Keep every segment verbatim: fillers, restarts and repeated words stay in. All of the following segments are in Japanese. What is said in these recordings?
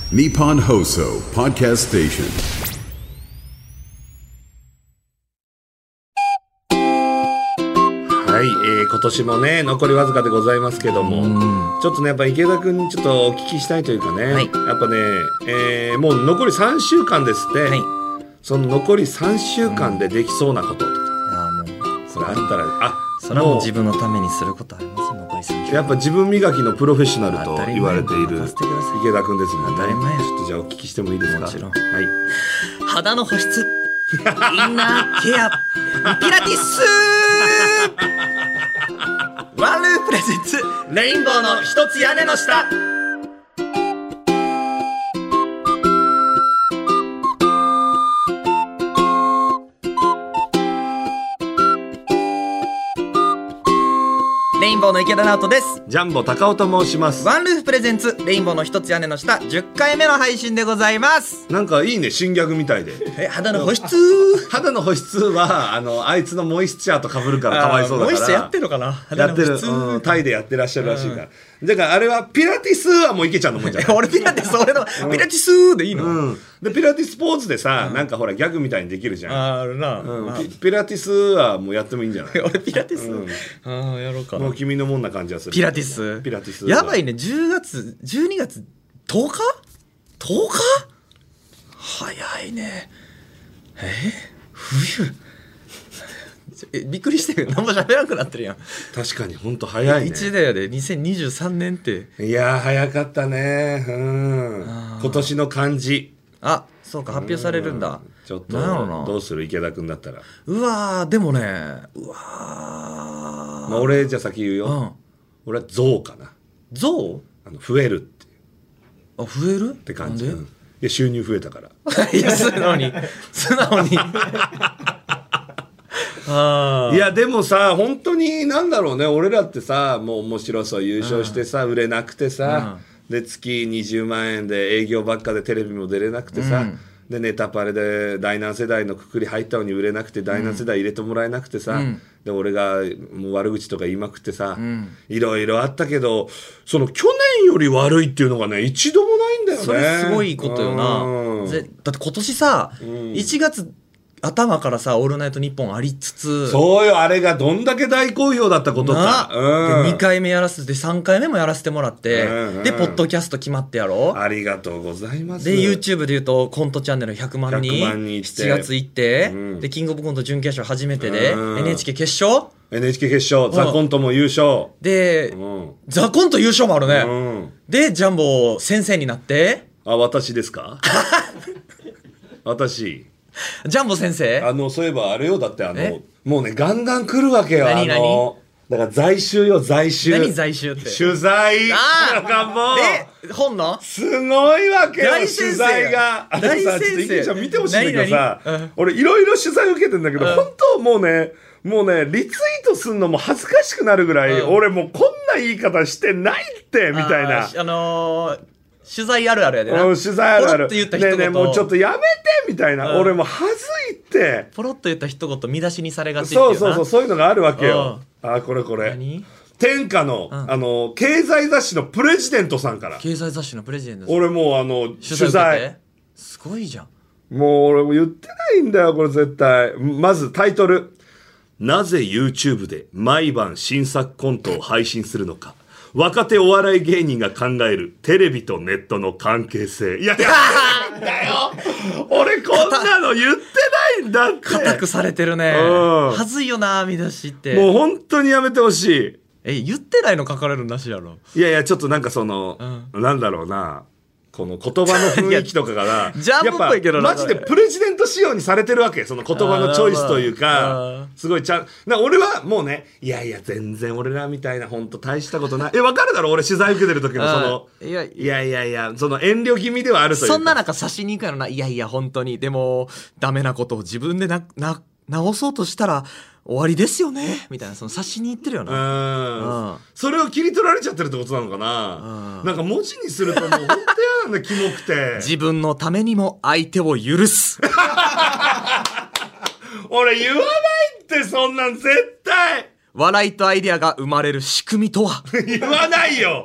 Nippon Hoso Podcast Station。 はい、えー、今年もね残りわずかでございますけども、ちょっとねやっぱ池田君にちょっとお聞きしたいというかね、はい、やっぱね、えー、もう残りさんしゅうかんですって、はい、その残りさんしゅうかんでできそうなこととか、うん、あもうそれあったらあそれはもう自分のためにすることあります。残りさんしゅうかんやっぱ自分磨きのプロフェッショナルと言われている池田君ですもんね。 当たり前。 ちょっとじゃあお聞きしてもいいですか。 もちろん、 はい、 肌の保湿インナーケアピラティスワンループレゼンツレインボーの一つ屋根の下。レインボーの池田直人です。 ジャンボ高尾と申します。 ワンルーフプレゼンツレインボーの一つ屋根の下じゅっかいめの配信でございます。 なんかいいね、新ギャグみたいで。 え肌の保湿肌の保湿はあのあいつのモイスチャーと被るからかわいそうだから。 モイスチャーやってるのかな。 やってる、うん、タイでやってらっしゃるらしいから、うん、だからあれはピラティスはもう池ちゃんのもんじゃない。 俺ピラティス俺のピラティスでいいの、 うん、でピラティスポーズでさ、うん、なんかほらギャグみたいにできるじゃん。 ああるな、 うんまあ、ピ, ピラティスはもうやってもいいんじゃない。 俺ピラティス、うん、ああやろうかな。 もう君のもんな感じはする。 ピラティスピラティスやばいね。じゅうがつじゅうにがつとおかとおか早いね。え冬えびっくりしてる。何も喋らなくなってるやん。 確かにほんと早いね。 一だよでにせんにじゅうさんねんって。 いやー早かったね。うん今年の漢字。 あそうか発表されるんだ。 ちょっとどうする池田君だったら。 うわーでもねうわー、 まあ、俺じゃあ先言うよ、うん、俺は増かな。 増あの増えるっていう。 あ増えるって感じ。うん、いや収入増えたからいや素直に素直にあいやでもさ本当になんだろうね。俺らってさもう面白そう優勝してさ、うん、売れなくてさ、うん、で月にじゅうまんえんで営業ばっかでテレビも出れなくてさ、うん、でネタパレで第何世代のくくり入ったのに売れなくて第何世代入れてもらえなくてさ、うん、で俺がもう悪口とか言いまくってさ、うん、いろいろあったけどその去年より悪いっていうのがね一度もないんだよね。 それすごいことよな、うん、だって今年さ、うん、いちがつ頭からさオールナイトニッポンありつつそうよあれがどんだけ大好評だったことか、 うん、でにかいめやらせてさんかいめもやらせてもらって、うんうん、でポッドキャスト決まってやろ。 ありがとうございます。 で YouTube でいうとコントチャンネルひゃくまんにんひゃくまんにんしちがつ行って、うん、でキングオブコント準決勝初めてで、うん、エヌエイチケー 決勝エヌエイチケー 決勝、うん、ザコントも優勝で、うん、ザコント優勝もあるね、うん、でジャンボ先生になって。 あ私ですか私ジャンボ先生あのそういえばあれよだってあのもうねガンガン来るわけよ。何何あのだから在習よ在習。 何在習って取材。ああもうえ本のすごいわけよ取材が。あのさちょっと池ちゃん見てほしいんだけどさ、うん、俺いろいろ取材受けてんだけど、うん、本当もうねもうねリツイートすんのも恥ずかしくなるぐらい、うん、俺もうこんな言い方してないってみたいな。 あ、あのー取材あるあるやでな。 うん、取材あるある。 ポロッと言った一言。 ねえねえもうちょっとやめてみたいな、うん、俺もう恥ずいってポロッと言った一言見出しにされがちっていうな。 そうそうそうそういうのがあるわけよ、うん、あこれこれ何天下の、うん、あの経済雑誌のプレジデントさんから経済雑誌のプレジデントさん俺もうあの取材, 取材すごいじゃん。 もう俺も言ってないんだよこれ絶対。まずタイトルなぜ YouTube で毎晩新作コントを配信するのか若手お笑い芸人が考えるテレビとネットの関係性。いやいやだよ俺こんなの言ってないんだって。 固くされてるね、うん、はずいよな見出しって。 もう本当にやめてほしい。 え言ってないの書かれるなしやろ。 いやいやちょっとなんかその、うん、なんだろうなこの言葉の雰囲気とかがジャンプっぽいけどなマジでプレジデント仕様にされてるわけ。その言葉のチョイスというかすごいちゃんな。俺はもうねいやいや全然俺らみたいな本当大したことないえ分かるだろ俺取材受けてる時のそのいやいやいやいやその遠慮気味ではあるというかそんな中差しに行くやろな。いやいや本当にでもダメなことを自分でなな直そうとしたら終わりですよねみたいなその察しに言ってるよな。 うん、それを切り取られちゃってるってことなのかな。なんか文字にするともう本当嫌なんだキモくて自分のためにも相手を許す俺言わないってそんなん絶対。 笑いとアイデアが生まれる仕組みとは言わないよ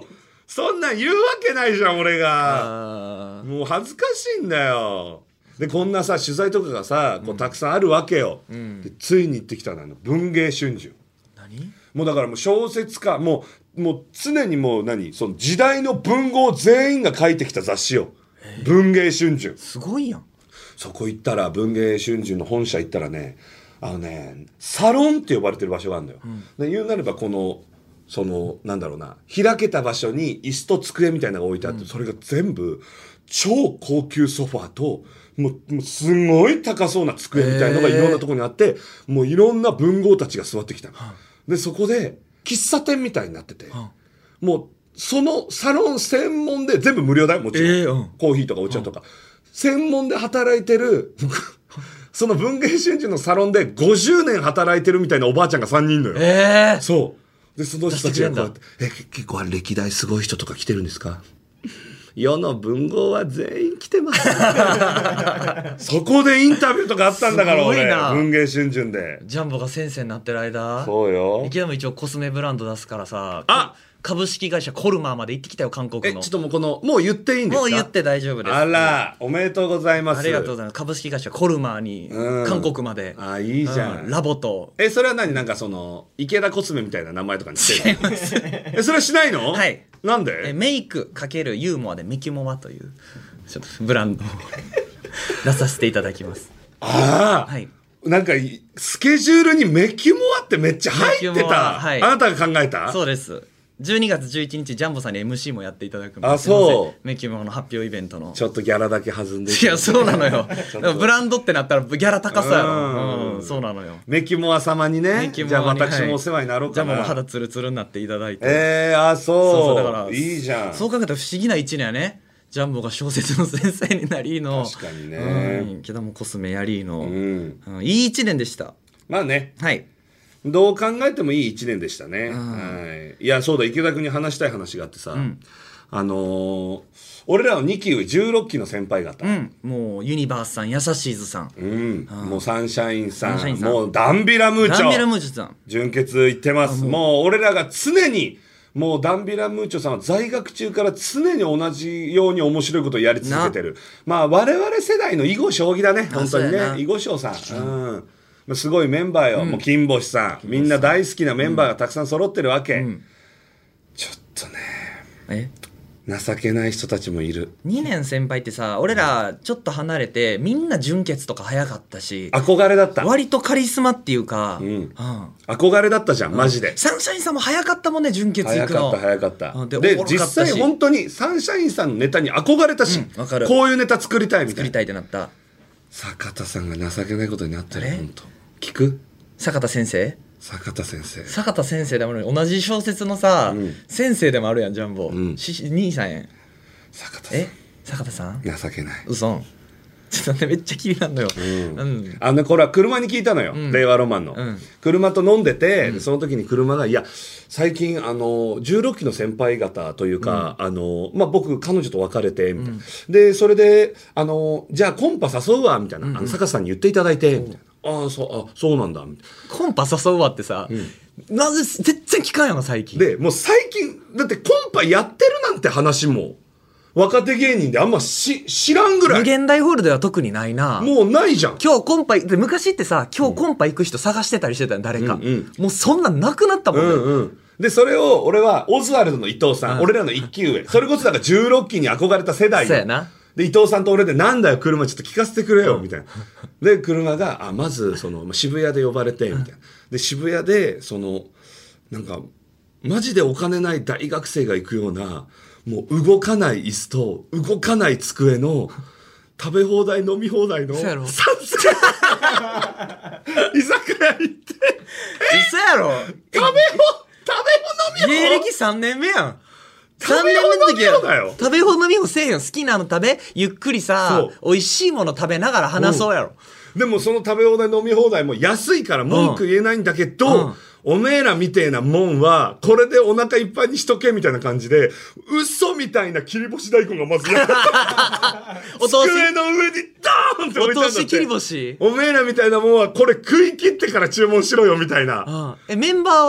そんなん言うわけないじゃん俺が。 あもう恥ずかしいんだよ。でこんなさ取材とかがさこうたくさんあるわけよ、うん、でついに行ってきたの文藝春秋。 何？ もうだからもう小説家もうもう常にもう何その時代の文豪全員が書いてきた雑誌よ、文藝春秋。 すごいやん。 そこ行ったら文藝春秋の本社行ったらねあのねサロンって呼ばれてる場所があるんだよ、うん、で言うなればこのそのなんだろうな開けた場所に椅子と机みたいなのが置いてあって、うん、それが全部超高級ソファーともう、もうすごい高そうな机みたいのがいろんなところにあって、もういろんな文豪たちが座ってきたの、でそこで喫茶店みたいになってて、もうそのサロン専門で全部無料だよもちろん、えーうん、コーヒーとかお茶とか、専門で働いてるその文藝春秋のサロンでごじゅうねん働いてるみたいなおばあちゃんがさんにんいるのよ、えー、そうでその人たちがこうやってえ結構あれ歴代すごい人とか来てるんですか世の文豪は全員来てますそこでインタビューとかあったんだから俺文藝春秋でジャンボが先生になってる間そうよ池田も一応コスメブランド出すからさあ株式会社コルマーまで行ってきたよ韓国の。 えちょっともうこのもう言っていいんですか？ もう言って大丈夫です。 あらおめでとうございます。 ありがとうございます。株式会社コルマーに、うん、韓国まで。 あいいじゃん、 うん、ラボと。 えそれは何なんかその池田コスメみたいな名前とかにしてるの？えそれはしないの？ はい。 なんで？ えメイク×ユーモアでミキモマというちょっとブランドを出させていただきます。 ああ。はい。なんかスケジュールにメキモアってめっちゃ入ってた、はい、あなたが考えた？ そうです。じゅうにがつじゅういちにちジャンボさんに エムシー もやっていただくので、 あそうメキモアの発表イベントのちょっとギャラだけ弾んでいやそうなのよでもブランドってなったらギャラ高そうやろ、うん、そうなのよメキモア様にねじゃあ私もお世話になろうかな、 ジャンボも肌ツルツルになっていただいてえー、あそうそうそうだからいいじゃんそう考えたら不思議な一年やねジャンボが小説の先生になりの確かにね、 うん、けどもコスメやりの、うんうん、いい一年でしたまあねはいどう考えてもいい一年でしたね、はい、いやそうだ池田君に話したい話があってさ、うん、あのー、俺らのにき上じゅうろっきの先輩方、 うん、もうユニバースさんやさしーずさん、 うん、もうサンシャインさんもうダンビラムーチョダンビラムーチョさん純潔言ってますもう、もう俺らが常にもうダンビラムーチョさんは在学中から常に同じように面白いことをやり続けてるまあ我々世代の囲碁将棋だね本当にね囲碁将さん、うんすごいメンバーよ、うん、もう金星さんみんな大好きなメンバーがたくさん揃ってるわけ、うん、ちょっとねえ情けない人たちもいるにねん先輩ってさ俺らちょっと離れてみんな純潔とか早かったし憧れだった割とカリスマっていうか、うんうん、 憧れだったじゃんマジで、 うん、サンシャインさんも早かったもんね純潔行くの早かった早かったで, で実際本当にサンシャインさんのネタに憧れたし、うん、かるこういうネタ作りたいみたいな作りたいってなった坂田さんが情けないことになってる本当聞く坂田先生坂田先生坂田先生でもある同じ小説のさ、うん、先生でもあるやんジャンボ、うん、兄さんやん坂田さんえ坂田さん情けない嘘ちょっとねめっちゃ気になるのよ、 うんうん、あのねこれは車に聞いたのよ、うん、令和ロマンの、うん、車と飲んでて、うん、その時に車がいや最近あのじゅうろっきの先輩方というか、うん、あのまあ、僕彼女と別れてみたいな、うん、でそれであのじゃあコンパ誘うわみたいな、うん、あの坂田さんに言っていただいて、うん、みたいなああそうあそうなんだみたいなコンパ誘うわってさ、うん、なぜ全然聞かんよな最近でもう最近だってコンパやってるなんて話も若手芸人であんまし知らんぐらい無限大ホールでは特にないなもうないじゃん今日コンパで昔ってさ今日コンパ行く人探してたりしてたよ誰か、うんうん、もうそんなんなくなったもんね、うんうん、でそれを俺はオズワルドの伊藤さん、うん、俺らの一期上それこそだからじゅうろっきに憧れた世代よそうやなで伊藤さんと俺でなんだよ車ちょっと聞かせてくれよみたいなで車があまずその渋谷で呼ばれてみたいなで渋谷でそのなんかマジでお金ない大学生が行くようなもう動かない椅子と動かない机の食べ放題飲み放題のさんぜんえん居酒屋行って嘘やろ食べ放食べ放飲み放芸歴さんねんめやんさんねんめの時は食べ放飲み放せえよ好きなの食べゆっくりさ美味しいもの食べながら話そうやろ、 うん、でもその食べ放題飲み放題も安いから文句言えないんだけど、うんうんおめえらみてえなもんはこれでお腹いっぱいにしとけみたいな感じで嘘みたいな切り干し大根がまずやお通し机の上にドーンって置いてあるんだってお通し切り干しおめえらみたいなもんはこれ食い切ってから注文しろよみたいな、 うん、えメンバーは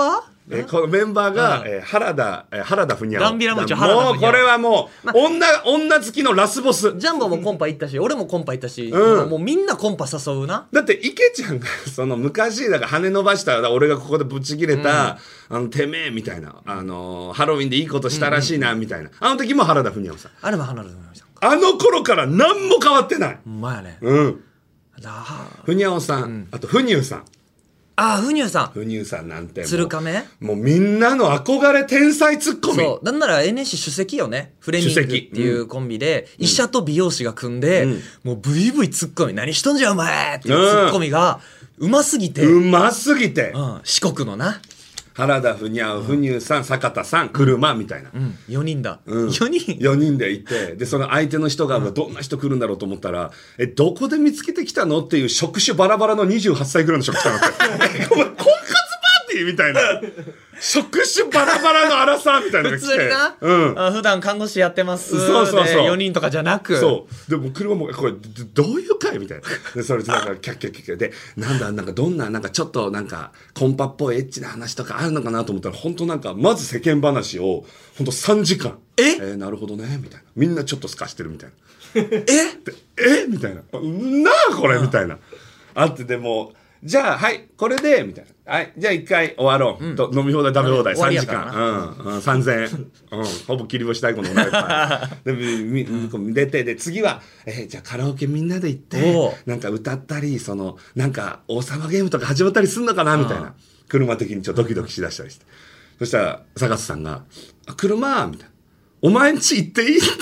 えーこのメンバーが、えー原田、えー原田ふにゃお。 ダンビラムーチョ原田ふにゃおもうこれはもう、女、女好きのラスボス。 ジャンボもコンパ行ったし俺もコンパ行ったし、 うんもうみんなコンパ誘うな。 だって池ちゃんがその昔だから羽伸ばした俺がここでぶち切れた、あのてめえみたいな、あのーハロウィンでいいことしたらしいなみたいな、あの時も原田ふにゃおさん、 あれも離れてました。 あの頃から何も変わってない。 ほんまやね。 うん。 だあふにゃおさん、あとふにゅうさん。 あー、ふにゅうさん。 ふにゅうさんなんてもう鶴亀もうみんなの憧れ天才ツッコミ。 そう。なんなら エヌエスシー 主席よね。フレミングっていうコンビで、医者と美容師が組んで、 うんもうブイブイツッコミ、何しとんじゃお前っていうツッコミが、うますぎて、 うますぎて、 うん、四国のな。 原田ふにゃお、ふにゅうさん、坂田さん、車みたいな。 うん、よにんだ。 うんよにんよにんでいて、で、その相手の人が、どんな人来るんだろうと思ったら、え、どこで見つけてきたのっていう職種バラバラのにじゅうはっさいぐらいの職種来たのって。え、お前、婚活パーティーみたいな。職種バラバラの荒さみたいなのが来て。 普通にな、 うん。 あ普段看護師やってます。 そうそうそうでよにんとかじゃなく。 そう。でも車も、これ、どどういう会みたいな。で、それでなんか、キャッキャッキャッキャで、なんだ、なんかどんな、なんかちょっとなんか、コンパっぽいエッチな話とかあるのかなと思ったら、本当なんか、まず世間話を、本当さんじかん。 ええーなるほどね、みたいな。みんなちょっと透かしてるみたいな。 えでえみたいな。なあこれみたいな。あってでも、じゃあ、はい、これで、みたいな。はい、じゃあ一回終わろう。と飲み放題食べ放題3時終わりやから間。うん、うん、さんぜんえん。うん、ほぼ切り干し大根のお腹いっぱい。で、み、み、こう出て、で、次は、えーじゃあカラオケみんなで行っおてう、 なんか歌ったり、その、なんか王様ゲームとか始まったりすんのかなみたいな。車的にちょっとドキドキしだしたりして。そしたら、坂津さんが、あ車みたいな。お前んち行っていいって。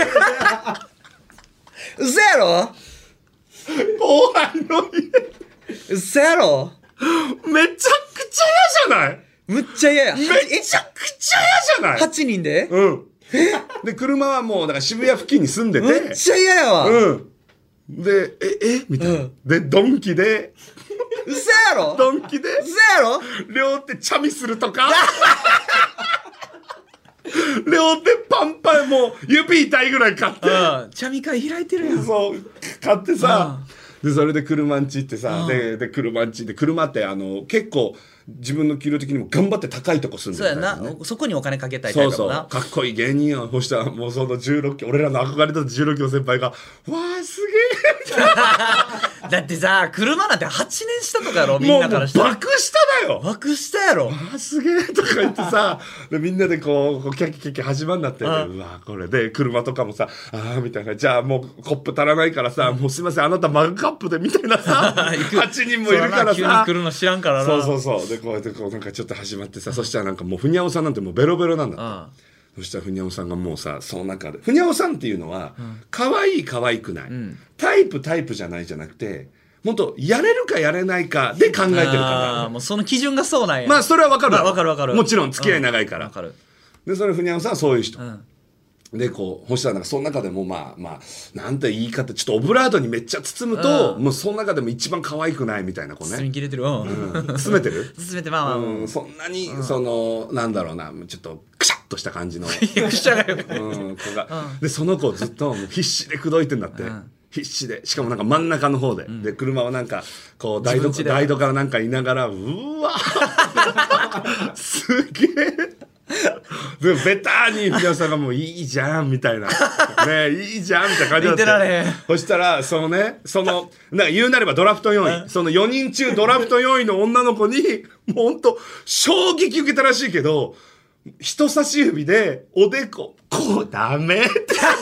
うそやろ後輩の家。 うそやろめちゃくちゃ嫌じゃないむっちゃ嫌や。 めちゃくちゃ嫌じゃないはちにんでうん。で、車はもう、だから渋谷付近に住んでて。 むっちゃ嫌やわ。 うん。で、え、えみたいな。 うんで、ドンキで、 うそやろドンキで、 うそやろ両手チャミするとか。両手パンパン、もう、指痛いぐらい買って。 うん。チャミ会開いてるやん。 そう、買ってさ、で、それで車んち行ってさ、で、で、車んちで、車ってあの、結構、自分の給料的にも頑張って高いとこ住んでそうやるからね。 な。そこにお金かけたいタそうそう。 イプだもんな。 かっこいい芸人や。そしたら、もうそのじゅうろっき、俺らの憧れだったじゅうろっきの先輩が、わあ、すげえみたいな。 だってさ、車なんてはちねんしたとかやろ、みもう、もうんなからしたら。 爆下だよ。 爆したやろ。 あすげえとか言ってさ、でみんなでこう、こうキャッキャキャッキャ始まんなって、 うんうわこれで車とかもさ、ああみたいな、じゃあもうコップ足らないからさ、もうすいませんあなたマグカップでみたいなさ、 行くはちにんもいるからそうやな急にさ来。るの知らんからな。 そうそうそう。でこうやってこうなんかちょっと始まってさ、そしたらなんかもうふにゃおさんなんてもうベロベロなんだって。 うん。 そしたらふにゃおさんがもうさ、その中で、ふにゃおさんっていうのは、可愛い可愛くない、 んタイプタイプじゃないじゃなくて、もっとやれるかやれないかで考えてるあかーもうその基準がそうなんや。 ら。まあそれはわかるまあわかるわかるもちろん付き合い長いから。 わかる。 で、それふにゃおさんはそういう人。 うん。 で、こう、そしたらなんかその中でもまあまあ、なんて言い方、ちょっとオブラートにめっちゃ包むと、 うんもうその中でも一番可愛くないみたいな子包みね。 切れてる。うん。 うん包めてる包めて、まあまあ、 うん、そんなに、その、なんだろうな、ちょっと、くしゃっとした感じの。 いやくしゃがよ。 うん、子が、でその子ずっともう必死で口説いてんだって、 ん必死でしかもなんか真ん中の方で、で車はなんかこう台所自分家で台所からなんかいながらうわすげえでもベターに藤原さんがもういいじゃんみたいなねいいじゃんみたいな感じになって見てられへんそしたらそのねそのなんか言うなればドラフトよんいそのよにん中ドラフトよんいの女の子にもうほんと衝撃受けたらしいけど人差し指でおでここうダメって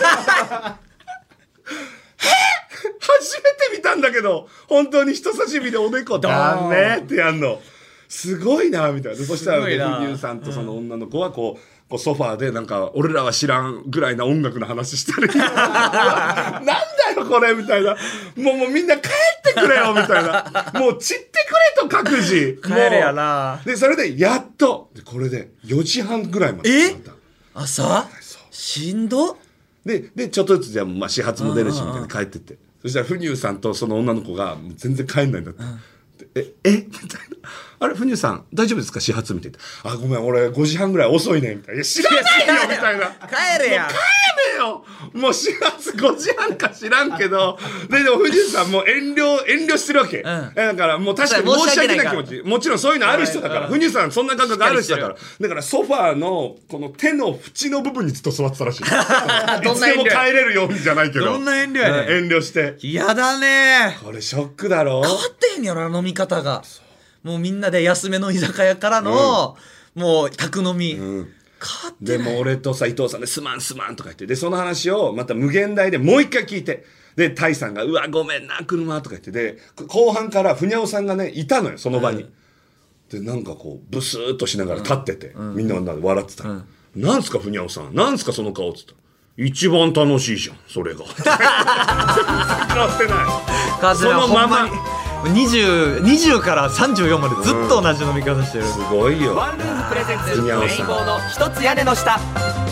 初めて見たんだけど本当に人差し指でおでこダメってやんのすごいなみたいなそしたらデビューさんとその女の子はこう、こうソファーでなんか俺らは知らんぐらいな音楽の話してるなんだよこれみたいなもうもうみんな帰ってくれよみたいなもう散ってくれと各自帰れやなでそれでやっとでこれでよじはんぐらいまでえまた朝しんどででちょっとずつじゃあ、まあ、始発も出るしみたいな帰ってってそしたらフニューさんとその女の子がもう全然帰んないんだって、ええみたいなあれフニューさん大丈夫ですか始発みたいなあごめん俺ごじはんぐらい遅いねみたいないや知らないよみたいな帰れや帰めよもうしがつごじはんか知らんけどででも藤井さんもう遠慮遠慮してるわけ、うん、だからもう確かに申し訳ない気持ちもちろんそういうのある人だから、はい、藤井さんそんな感覚ある人だからだからソファーのこの手の縁の部分にずっと座ってたらしいいつでも帰れるようにじゃないけどどんな遠慮やねん、 遠慮して嫌だねこれショックだろ変わってへんやろ飲み方がもうみんなで安めの居酒屋からの、うん、もう宅飲み、うんでも俺とさ伊藤さんで「すまんすまん」とか言ってでその話をまた無限大でもう一回聞いてでタイさんが「うわごめんな車」とか言ってで後半からふにゃおさんがねいたのよその場に、うん、でなんかこうブスーっとしながら立ってて、うん、みんな笑ってた、うん、なんすかふにゃおさんなんすかその顔っつった一番楽しいじゃんそれが変わってないそのままにじゅう、にじゅうからさんじゅうよんまでずっと同じ飲み方してる、うん、 すごいよワンルームプレゼンツレインボーの一つ屋根の下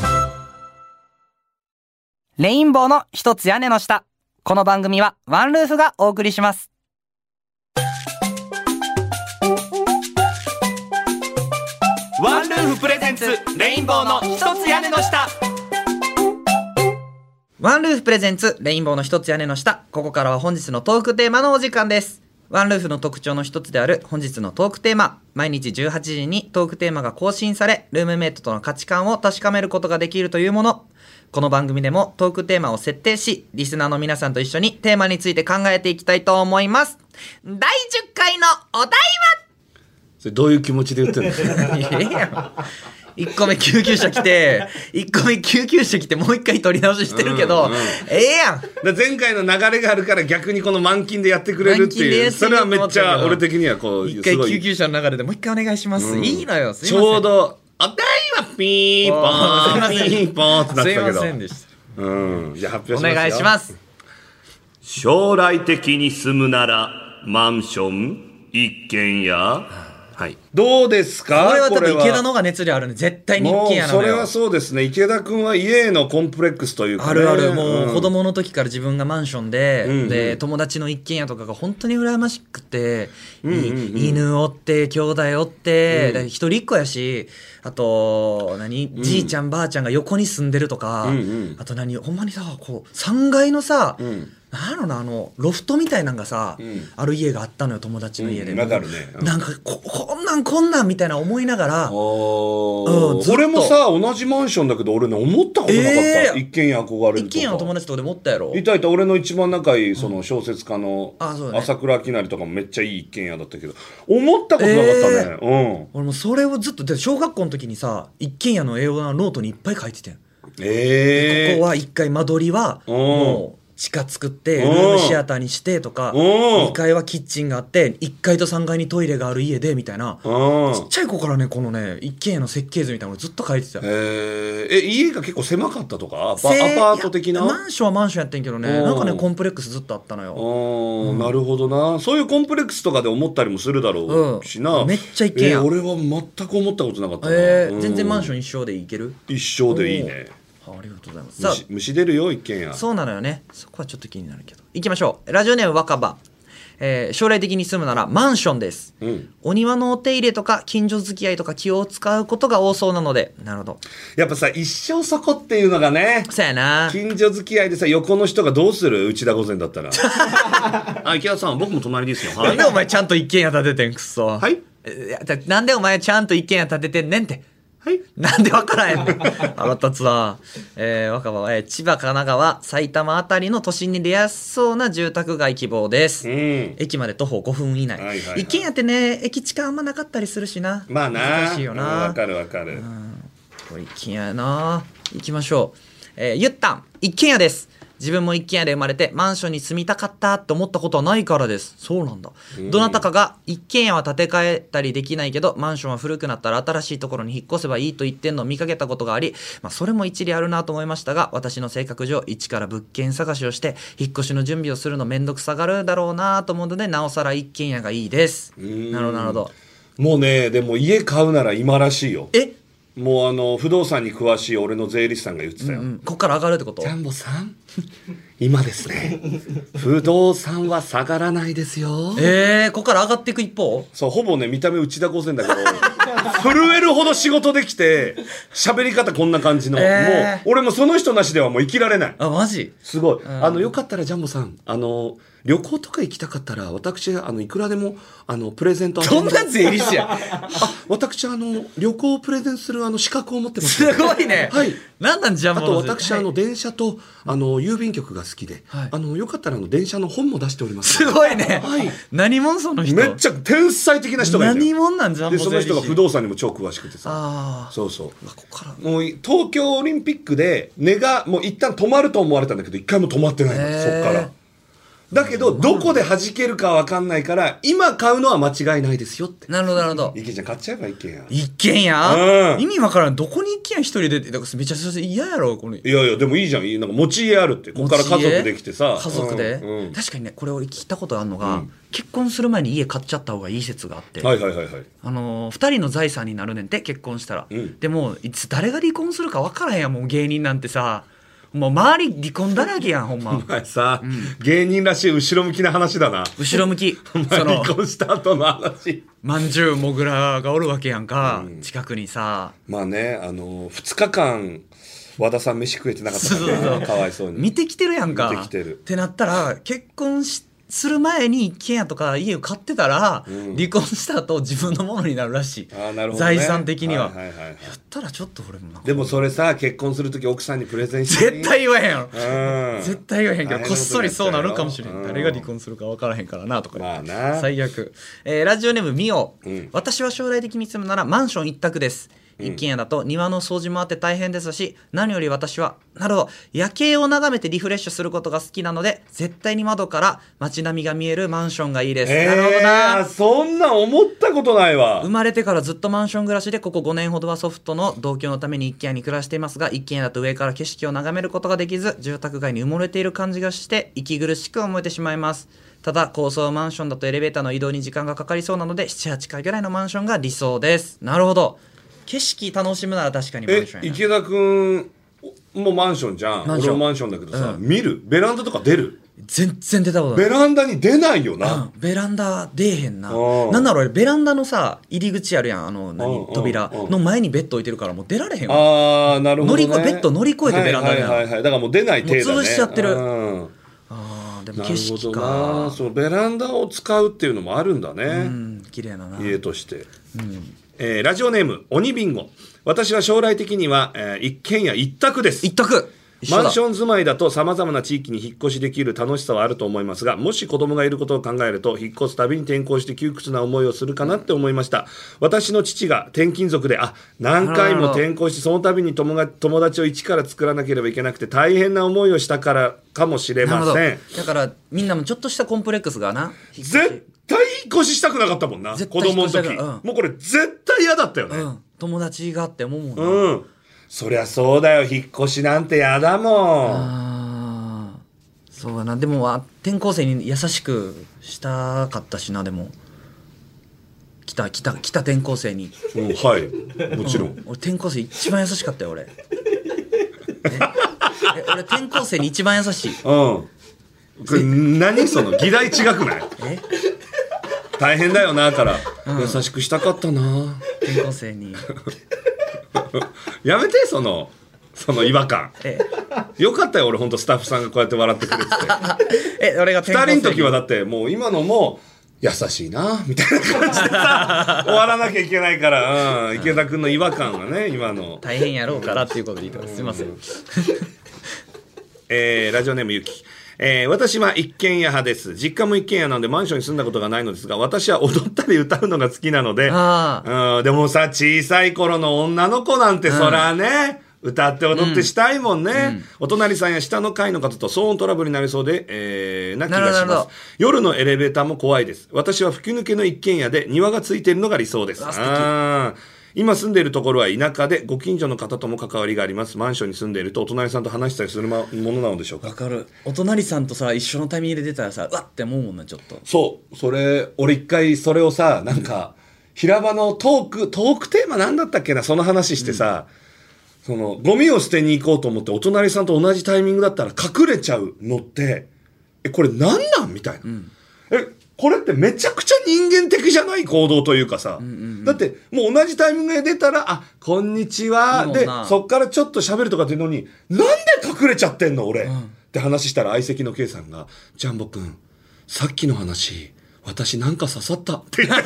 レインボーの一つ屋根の下この番組はワンルーフがお送りしますワンルーフプレゼンツレインボーの一つ屋根の下ワンルーフプレゼンツレインボーの一つ屋根の下ここからは本日のトークテーマのお時間ですワンルーフの特徴の一つである本日のトークテーマ毎日じゅうはちじにトークテーマが更新されルームメイトとの価値観を確かめることができるというものこの番組でもトークテーマを設定しリスナーの皆さんと一緒にテーマについて考えていきたいと思いますだいじゅっかいのお題はそれどういう気持ちで言ってるのいやいやいっこめ救急車来ていっこめ救急車来てもういっかい取り直ししてるけど、うんうん、ええやんだ前回の流れがあるから逆にこの満勤でやってくれるっていうそれはめっちゃ俺的にはこういっかい救急車の流れでもういっかいお願いします、うん、いいのよすいませんちょうどお題はピーポーンピーポーンってなってたけどすいませんでした、 うん、じゃあ発表しますよお願いします将来的に住むならマンション一軒家はい、どうですかこれは多分池田の方が熱量あるね絶対に一軒家なのよそれはそうですね池田君は家へのコンプレックスというか、ね、 あるあるもう子供の時から自分がマンションで、うんうん、で友達の一軒家とかが本当に羨ましくて、うんうんうん、犬おって兄弟おって、うん、一人っ子やしあと何、うん、じいちゃんばあちゃんが横に住んでるとか、うんうん、あと何ほんまにさこうさんがいのさ、うんなんやろなあのロフトみたいなんがさ、うん、ある家があったのよ友達の家で、 うん、かるね、 うん、なんか こ, こんなんこんなんみたいな思いながら、うん、 俺もさ同じマンションだけど俺ね思ったことなかった、えー、一軒家憧れるとか一軒家の友達と俺持ったやろいたいた俺の一番仲いいその小説家の朝倉明成とかもめっちゃいい一軒家だったけど思ったことなかったね、えーうん、 俺もそれをずっとで小学校の時にさ一軒家の英語のノートにいっぱい書いててん、 えー、 ここは一回間取りはもう地下作ってルームシアターにしてとかにかいはキッチンがあっていっかいとさんがいにトイレがある家でみたいなちっちゃい子からねこのね一軒家の設計図みたいなのずっと書いてた。 ええ家が結構狭かったとかアパート的なマンションはマンションやってんけどねなんかねコンプレックスずっとあったのよ。 うん、なるほどなそういうコンプレックスとかで思ったりもするだろうしな、 うん、めっちゃ一軒家、 えー、俺は全く思ったことなかったな、 えーうん、全然マンション一生でいける一生でいいねありがとうございます。 虫、虫出るよ一軒家。 そうなのよね。そこはちょっと気になるけど。行きましょう。ラジオネーム若葉、えー、将来的に住むならマンションです、うん、お庭のお手入れとか近所付き合いとか気を使うことが多そうなので。なるほど。 やっぱさ一生そこっていうのがねそうやな近所付き合いでさ横の人がどうする内田御前だったらあ池田さん僕も隣ですよ、 はい、なんでお前ちゃんと一軒家建ててんくそはいなんでお前ちゃんと一軒家建ててんねんってはい、 なんでわからへんねん腹立つわ、えー、若葉は、えー、千葉神奈川埼玉あたりの都心に出やすそうな住宅街希望です、うん、駅まで徒歩ごふん以内、はいはいはい、一軒家ってね駅近あんまなかったりするしなまあな難しいよなわかるわかる、うん、 これ一軒家やな行きましょう、えー、ゆったん一軒家です。自分も一軒家で生まれてマンションに住みたかったって思ったことはないからです。そうなんだ、うん、どなたかが一軒家は建て替えたりできないけどマンションは古くなったら新しいところに引っ越せばいいと言ってんのを見かけたことがあり、まあ、それも一理あるなと思いましたが私の性格上一から物件探しをして引っ越しの準備をするのめんどくさがるだろうなと思うのでなおさら一軒家がいいです。なるほどなるほど。 もうねでも家買うなら今らしいよ。 えもうあの不動産に詳しい俺の税理士さんが言ってたよ、うんうん、 こっから上がるってこと。 ジャンボさん今ですね不動産は下がらないですよ。 えー、こっから上がっていく一方。 そうほぼね見た目内田御前だけど震えるほど仕事できて喋り方こんな感じの、 えー、 もう俺もその人なしではもう生きられない。 あマジすごい、うん、あのよかったらジャンボさんあの旅行とか行きたかったら私あのいくらでもあのプレゼントどんな税理士やあ私あの旅行をプレゼンするあの資格を持ってますすごいね。 はい。 なんなんジャンボあと私、はい、あの電車とあの郵便局が好きで、はい、あのよかったらあの電車の本も出しております。 すごいね。 はい。 何者その人。 めっちゃ天才的な人がいる。 何者なんジャンボ税理士。 でその人が不動産にも超詳しくてさ。 ああ。 そうそう。 ここからもう東京オリンピックで値がもう一旦止まると思われたんだけど一回も止まってないのそっから。だけどどこで弾けるか分かんないから今買うのは間違いないですよって。 なるほどなるほど。 一軒家買っちゃえば一軒家。 一軒家、うん、意味分からん。どこに一軒家一人でだからめちゃくちゃ嫌やろこれ。いやいやでもいいじゃん。なんか持ち家あるってここから家族できてさ家族で、 うんうん、 確かにねこれ俺聞いたことあるのが、うん、結婚する前に家買っちゃった方がいい説があって、 はいはいはいはい、 あのー、ふたりの財産になるねんって結婚したら、うん、でもいつ誰が離婚するか分からへんやん。もう芸人なんてさもう周り離婚だらけやんほんま。 お前さ、うん、芸人らしい後ろ向きな話だな。 後ろ向きお前その離婚した後の話。 まんじゅうもぐらがおるわけやんか、うん、近くにさ。 まあねあのふつかかん和田さん飯食えてなかったから、ね、そうそうそうかわいそうに見てきてるやんか。 見てきてるってなったら結婚しする前に一軒家とか家を買ってたら、うん、離婚した後自分のものになるらしい。 あ、なるほどね、 財産的には、はいはいはいはい、 やったらちょっと俺もなんかでもそれさ結婚する時奥さんにプレゼンして絶対言わへんやろ、 うん、 絶対言わへんけどこっそりそうなるかもしれん、うん、誰が離婚するか分からへんからなとか、 まあな最悪、えー、ラジオネームみお、うん、私は将来的に住むならマンション一択です。一軒家だと庭の掃除もあって大変ですし、何より私はなるほど夜景を眺めてリフレッシュすることが好きなので絶対に窓から街並みが見えるマンションがいいです、 えー、 なるほどな。 そんな思ったことないわ。 生まれてからずっとマンション暮らしでここごねんほどはソフトの同居のために一軒家に暮らしていますが、一軒家だと上から景色を眺めることができず住宅街に埋もれている感じがして息苦しく思えてしまいます。ただ高層マンションだとエレベーターの移動に時間がかかりそうなので ななはちかいぐらいのマンションが理想です。なるほど。景色楽しむなら確かにマンションやな。 え池田くんもマンションじゃん。俺もマンションだけどさ、うん、見るベランダとか出る？ 全然出たことない。 ベランダに出ないよな、 うん、ベランダ出えへんな。なんだろうベランダのさ入り口あるやんあの何扉の前にベッド置いてるからもう出られへんわ。 あーなるほど、ね、 乗り越えベッド乗り越えてベランダで、 はいはいはいはい、だからもう出ない手だね。 もう潰しちゃってる。 あでも景色か。 そのベランダを使うっていうのもあるんだね。 うん綺麗だな家として、 うんえー、ラジオネーム鬼ビンゴ。私は将来的には、えー、一軒家一択です。 一択。 マンション住まいだと様々な地域に引っ越しできる楽しさはあると思いますが、もし子供がいることを考えると引っ越すたびに転校して窮屈な思いをするかなって思いました。私の父が転勤族で、あ、何回も転校してそのたびに友が友達を一から作らなければいけなくて大変な思いをしたからかもしれません。 だからみんなもちょっとしたコンプレックスがな。 絶対引っ越ししたくなかったもんな。子供の時、うん、もうこれ絶対嫌だったよね、うん、 友達がって思うもんな。 うん、そりゃそうだよ。引っ越しなんてやだもん。 あそうだな。でも転校生に優しくしたかったしな。でも来た来た来た転校生に、 うん、はいもちろん、うん、 俺転校生一番優しかったよ俺。ええ俺転校生に一番優しい。うんこれ何その議題違くない？え大変だよなから、うん、優しくしたかったな転校生にやめてそのその違和感。ええ、よかったよ俺ほんとスタッフさんがこうやって笑ってくれててえ俺がふたりの時はだってもう今のも優しいなみたいな感じでさ終わらなきゃいけないから、うん、池田君の違和感はね今の大変やろうからっていうことでいいと思います。すいませんえー、ラジオネームゆき。えー、私は一軒家派です。実家も一軒家なのでマンションに住んだことがないのですが、私は踊ったり歌うのが好きなので、うん、でもさ小さい頃の女の子なんてそらね、うん、歌って踊ってしたいもんね、うん、お隣さんや下の階の方と騒音トラブルになりそうで、えー、な気がします。夜のエレベーターも怖いです。私は吹き抜けの一軒家で庭がついているのが理想です。あ今住んでいるところは田舎でご近所の方とも関わりがあります。マンションに住んでいるとお隣さんと話したりするものなのでしょうか。 わかる。お隣さんとさ一緒のタイミングで出たらさうわって思うもんなちょっと。 そうそれ俺一回それをさなんか平場のトークトークテーマなんだったっけなその話してさ、うん、そのゴミを捨てに行こうと思ってお隣さんと同じタイミングだったら隠れちゃうのってえこれなんなんみたいな、うん、えこれってめちゃくちゃ人間的じゃない行動というかさ、うんうんうん、だってもう同じタイミングで出たらあこんにちはでそっからちょっと喋るとかっていうのになんで隠れちゃってんの俺、うん、って話したら相席の K さんがジャンボくんさっきの話私なんか刺さったって言って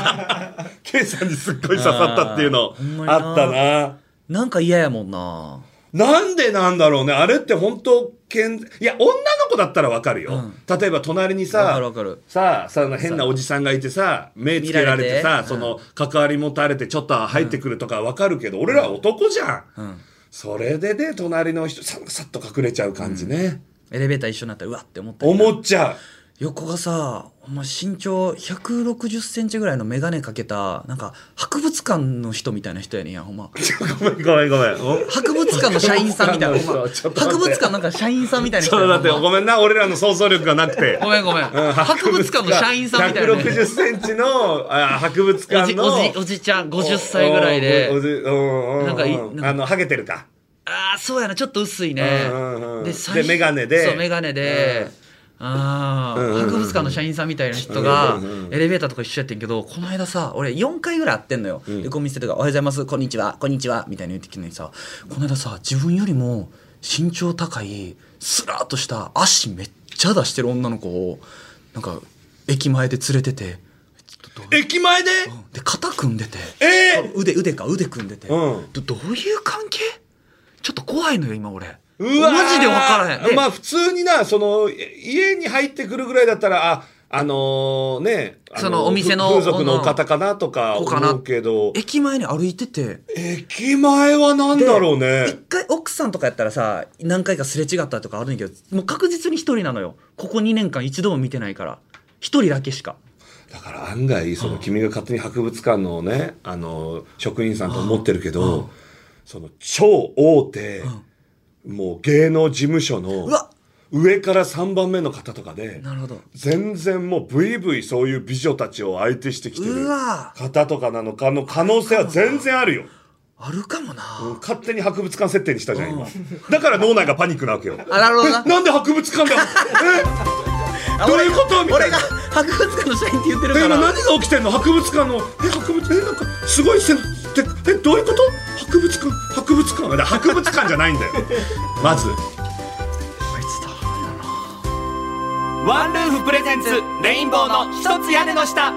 K さんにすっごい刺さったっていうのあったな。 なんか嫌やもんな。 なんでなんだろうねあれって本当けんいや女の子だったらわかるよ、うん、例えば隣にさわかるわかるさあさあ変なおじさんがいてさ目つけられてさ、うん、その関わり持たれてちょっと入ってくるとかわかるけど、うん、俺らは男じゃん、うん、それでね隣の人ささっと隠れちゃう感じね、 うん、エレベーター一緒になったらうわって思った思っちゃう。 横がさお前身長ひゃくろくじゅっセンチぐらいの眼鏡かけたなんか博物館の人みたいな人やねんやほんまごめんごめんごめん博物館の社員さんみたいなほんま博物館なんか社員さんみたいな人ちょっと待ってごめんな俺らの想像力がなくてごめんごめん、うん、博物館の社員さんみたいな、ね、 ひゃくろくじゅっセンチのあ博物館のおじ、おじ、おじちゃんごじゅっさいぐらいでおおおじうんなんかいなんかあのハゲてるかああそうやなちょっと薄いね、 うんうんうん、で眼鏡でそう眼鏡で、うんあうんうんうん、博物館の社員さんみたいな人がエレベーターとか一緒やってんけどこの間さ俺よんかいぐらい会ってんのよ、うん、でこう見せてとかおはようございますこんにちはこんにちはみたいに言ってきてるのにさこの間さ自分よりも身長高いスラーっとした足めっちゃ出してる女の子をなんか駅前で連れてて駅前で、 うん、で肩組んでて、 えー、 腕腕か腕組んでて、うん、ど, どういう関係ちょっと怖いのよ今俺うわマジで分からへん。 まあ普通になその家に入ってくるぐらいだったらああのー、ねあのそのお店の風俗のお方かなとか思うけど駅前に歩いてて駅前はなんだろうね一回奥さんとかやったらさ何回かすれ違ったとかあるんだけどもう確実に一人なのよここにねんかん一度も見てないから一人だけしかだから案外その君が勝手に博物館のねあの職員さんと思ってるけどその超大手、うんもう芸能事務所の上からさんばんめの方とかでなるほど全然もうブイブイそういう美女たちを相手してきてる方とかなのかの可能性は全然あるよ。 あるかもな、 うん、勝手に博物館設定にしたじゃん今だから脳内がパニックなわけよあなるほどななんで博物館だえどういうことみたいな俺が博物館の社員って言ってるから今何が起きてんの博物館のえ博物えなんかすごいせんってえどういうこと博物館博物館だ博物館じゃないんだよまずあいつだワンルーフプレゼンツレインボーの一つ屋根の下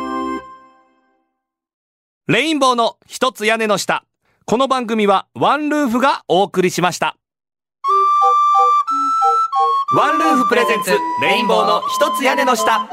レインボーの一つ屋根の下この番組はワンルーフがお送りしました。ワンルーフプレゼンツレインボーの一つ屋根の下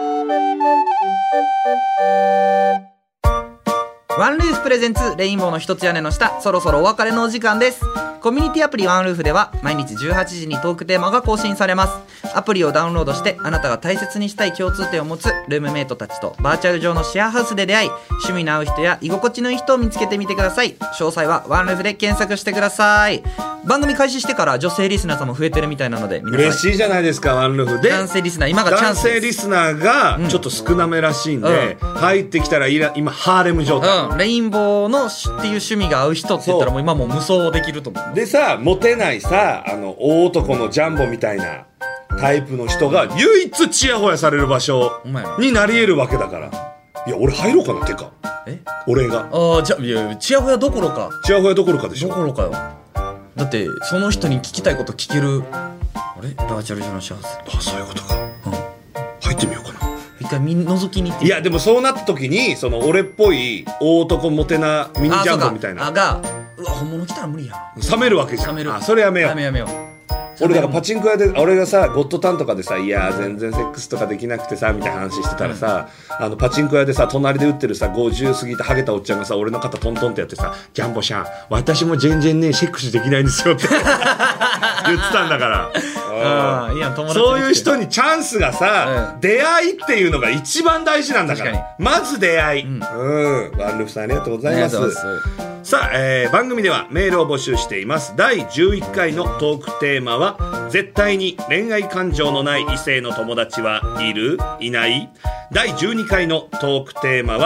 ワンルーフプレゼンツレインボーの一つ屋根の下そろそろお別れのお時間です。コミュニティアプリワンルーフでは毎日じゅうはちじにトークテーマが更新されます。アプリをダウンロードしてあなたが大切にしたい共通点を持つルームメイトたちとバーチャル上のシェアハウスで出会い趣味の合う人や居心地のいい人を見つけてみてください。詳細はワンルーフで検索してください。番組開始してから女性リスナーさんも増えてるみたいなので皆さん嬉しいじゃないですかワンルーフで男性リスナー今がチャンスです。 男性リスナーがちょっと少なめらしいんで、うん、入ってきたら今ハーレム状態、 うん、レインボーのっていう趣味が合う人って言ったらもう今もう無双できると思う。 でさモテないさあの大男のジャンボみたいなタイプの人が唯一チヤホヤされる場所になり得るわけだから。いや俺入ろうかなてかえ俺がああじゃいやチヤホヤどころかチヤホヤどころかでしょどころかよ。だってその人に聞きたいこと聞けるあれバーチャル上のシェアハウスあそういうことか、うん、入ってみようかな一回み覗きに行っていやでもそうなった時にその俺っぽい大男モテなミニジャンボみたいなあがうわ本物来たら無理や冷めるわけじゃん。冷めるあそれやめようやめやめよう俺だからパチンコ屋で俺がさゴッドタンとかでさいや全然セックスとかできなくてさみたいな話してたらさ、うん、あのパチンコ屋でさ隣で打ってるさごじゅう過ぎたハゲたおっちゃんがさ俺の肩トントンってやってさジャンボシャン私も全然ねセックスできないんですよって言ってたんだからあいや友達そういう人にチャンスがさ、うん、出会いっていうのが一番大事なんだからまず出会い、うんうん、ワンルーフさんありがとうございます。さあ、えー、番組ではメールを募集しています。だいじゅういっかいのトークテーマは絶対に恋愛感情のない異性の友達はいるいない。だいじゅうにかいのトークテーマは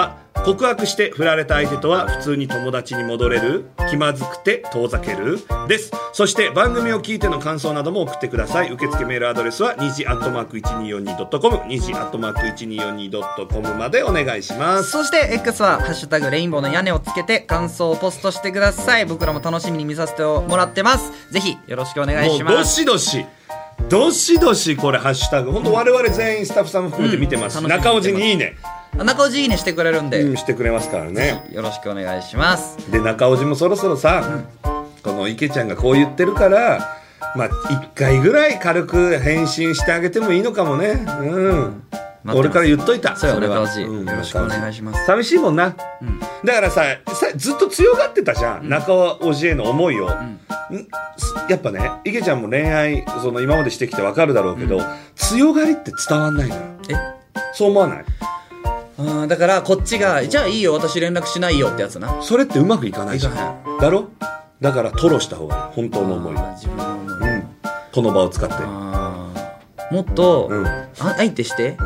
告白して振られた相手とは普通に友達に戻れる、気まずくて遠ざけるです。そして番組を聞いての感想なども送ってください。受付メールアドレスはにじアットマーク いちにーよんにードットコム にじアットマーク いちにーよんにードットコム までお願いします。 そして X はハッシュタグレインボーの屋根をつけて感想をポストしてください。僕らも楽しみに見させてもらってます。ぜひよろしくお願いします。 もうどしどしどしどしこれハッシュタグ本当我々全員スタッフさんも含めて見てますし、 うん、 中尾路にいいね、 中尾路いいねしてくれるんで、 うん、してくれますからね。 よろしくお願いします。 で中尾路もそろそろさ、うん、この池ちゃんがこう言ってるからまあいっかいぐらい軽く返信してあげてもいいのかもね。うん、俺から言っといた。 そうよ、 それは、 うん、よろしくお願いします。 寂しいもんな、うん、だからさずっと強がってたじゃん、うん、中尾路への思いを、うん、やっぱね池ちゃんも恋愛その今までしてきて分かるだろうけど、うん、強がりって伝わんないのよ。えそう思わない？ あだからこっちがじゃあいいよ私連絡しないよってやつな。 それってうまくいかないじゃん。だろ？だから吐露した方がいい本当の思いを。 自分の思い、 うん、この場を使ってあもっと、うん、あ相手して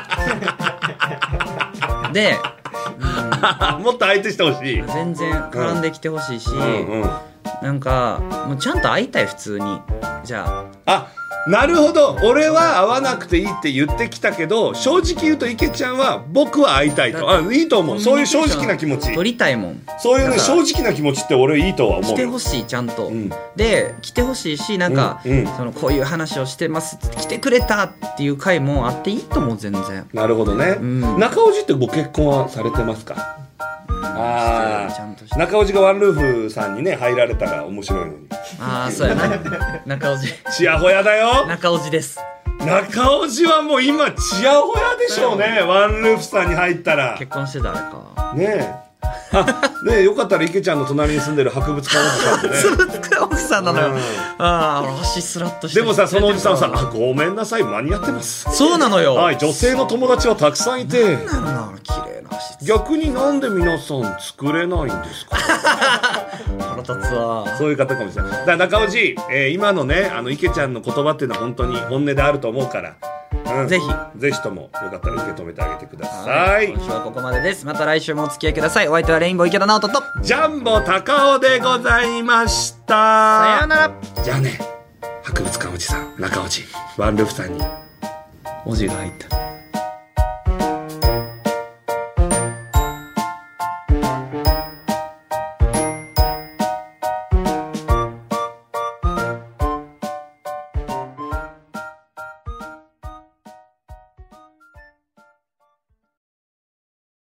で、 うん、もっと相手してほしい。 全然絡んできてほしいし、うんうんうん、なんかもうちゃんと会いたい普通に。じゃああなるほど俺は会わなくていいって言ってきたけど正直言うと池ちゃんは僕は会いたいと。あいいと思う。そういう正直な気持ち取りたいもん。 そういうね正直な気持ちって俺いいとは思う。 来てほしいちゃんと、うん、で来てほしいしなんか、うんうん、そのこういう話をしてます来てくれたっていう回もあっていいと思う全然。 なるほどね、うん、中尾路ってご結婚はされてますか？ああ中尾路がワンルーフさんにね入られたら面白いのに。 ああそうやな中尾路ちやほやだよ。 中尾路です。 中尾路はもう今ちやほやでしょうねワンルーフさんに入ったら。 結婚してたあれかねえあねえよかったら池ちゃんの隣に住んでる博物館おじさんでね博物館おじさんなのよ、うん、ああ足スラッとしてでもさそのおじさんはさあごめんなさい間に合ってます。 そうなのよ、 はい、女性の友達はたくさんいてなんなの綺麗な足逆になんで皆さん作れないんですか腹立つわ。 そういう方かもしれない。だから中尾路、えー、今のねあの池ちゃんの言葉っていうのは本当に本音であると思うから、うん、 ぜひぜひともよかったら受け止めてあげてください。 今週はここまでです。また来週もお付き合いください。お相手はレインボー池田直人とジャンボ高尾でございました。 さようなら。 じゃあね博物館おじさん中尾路ワンルーフさんにおじが入った。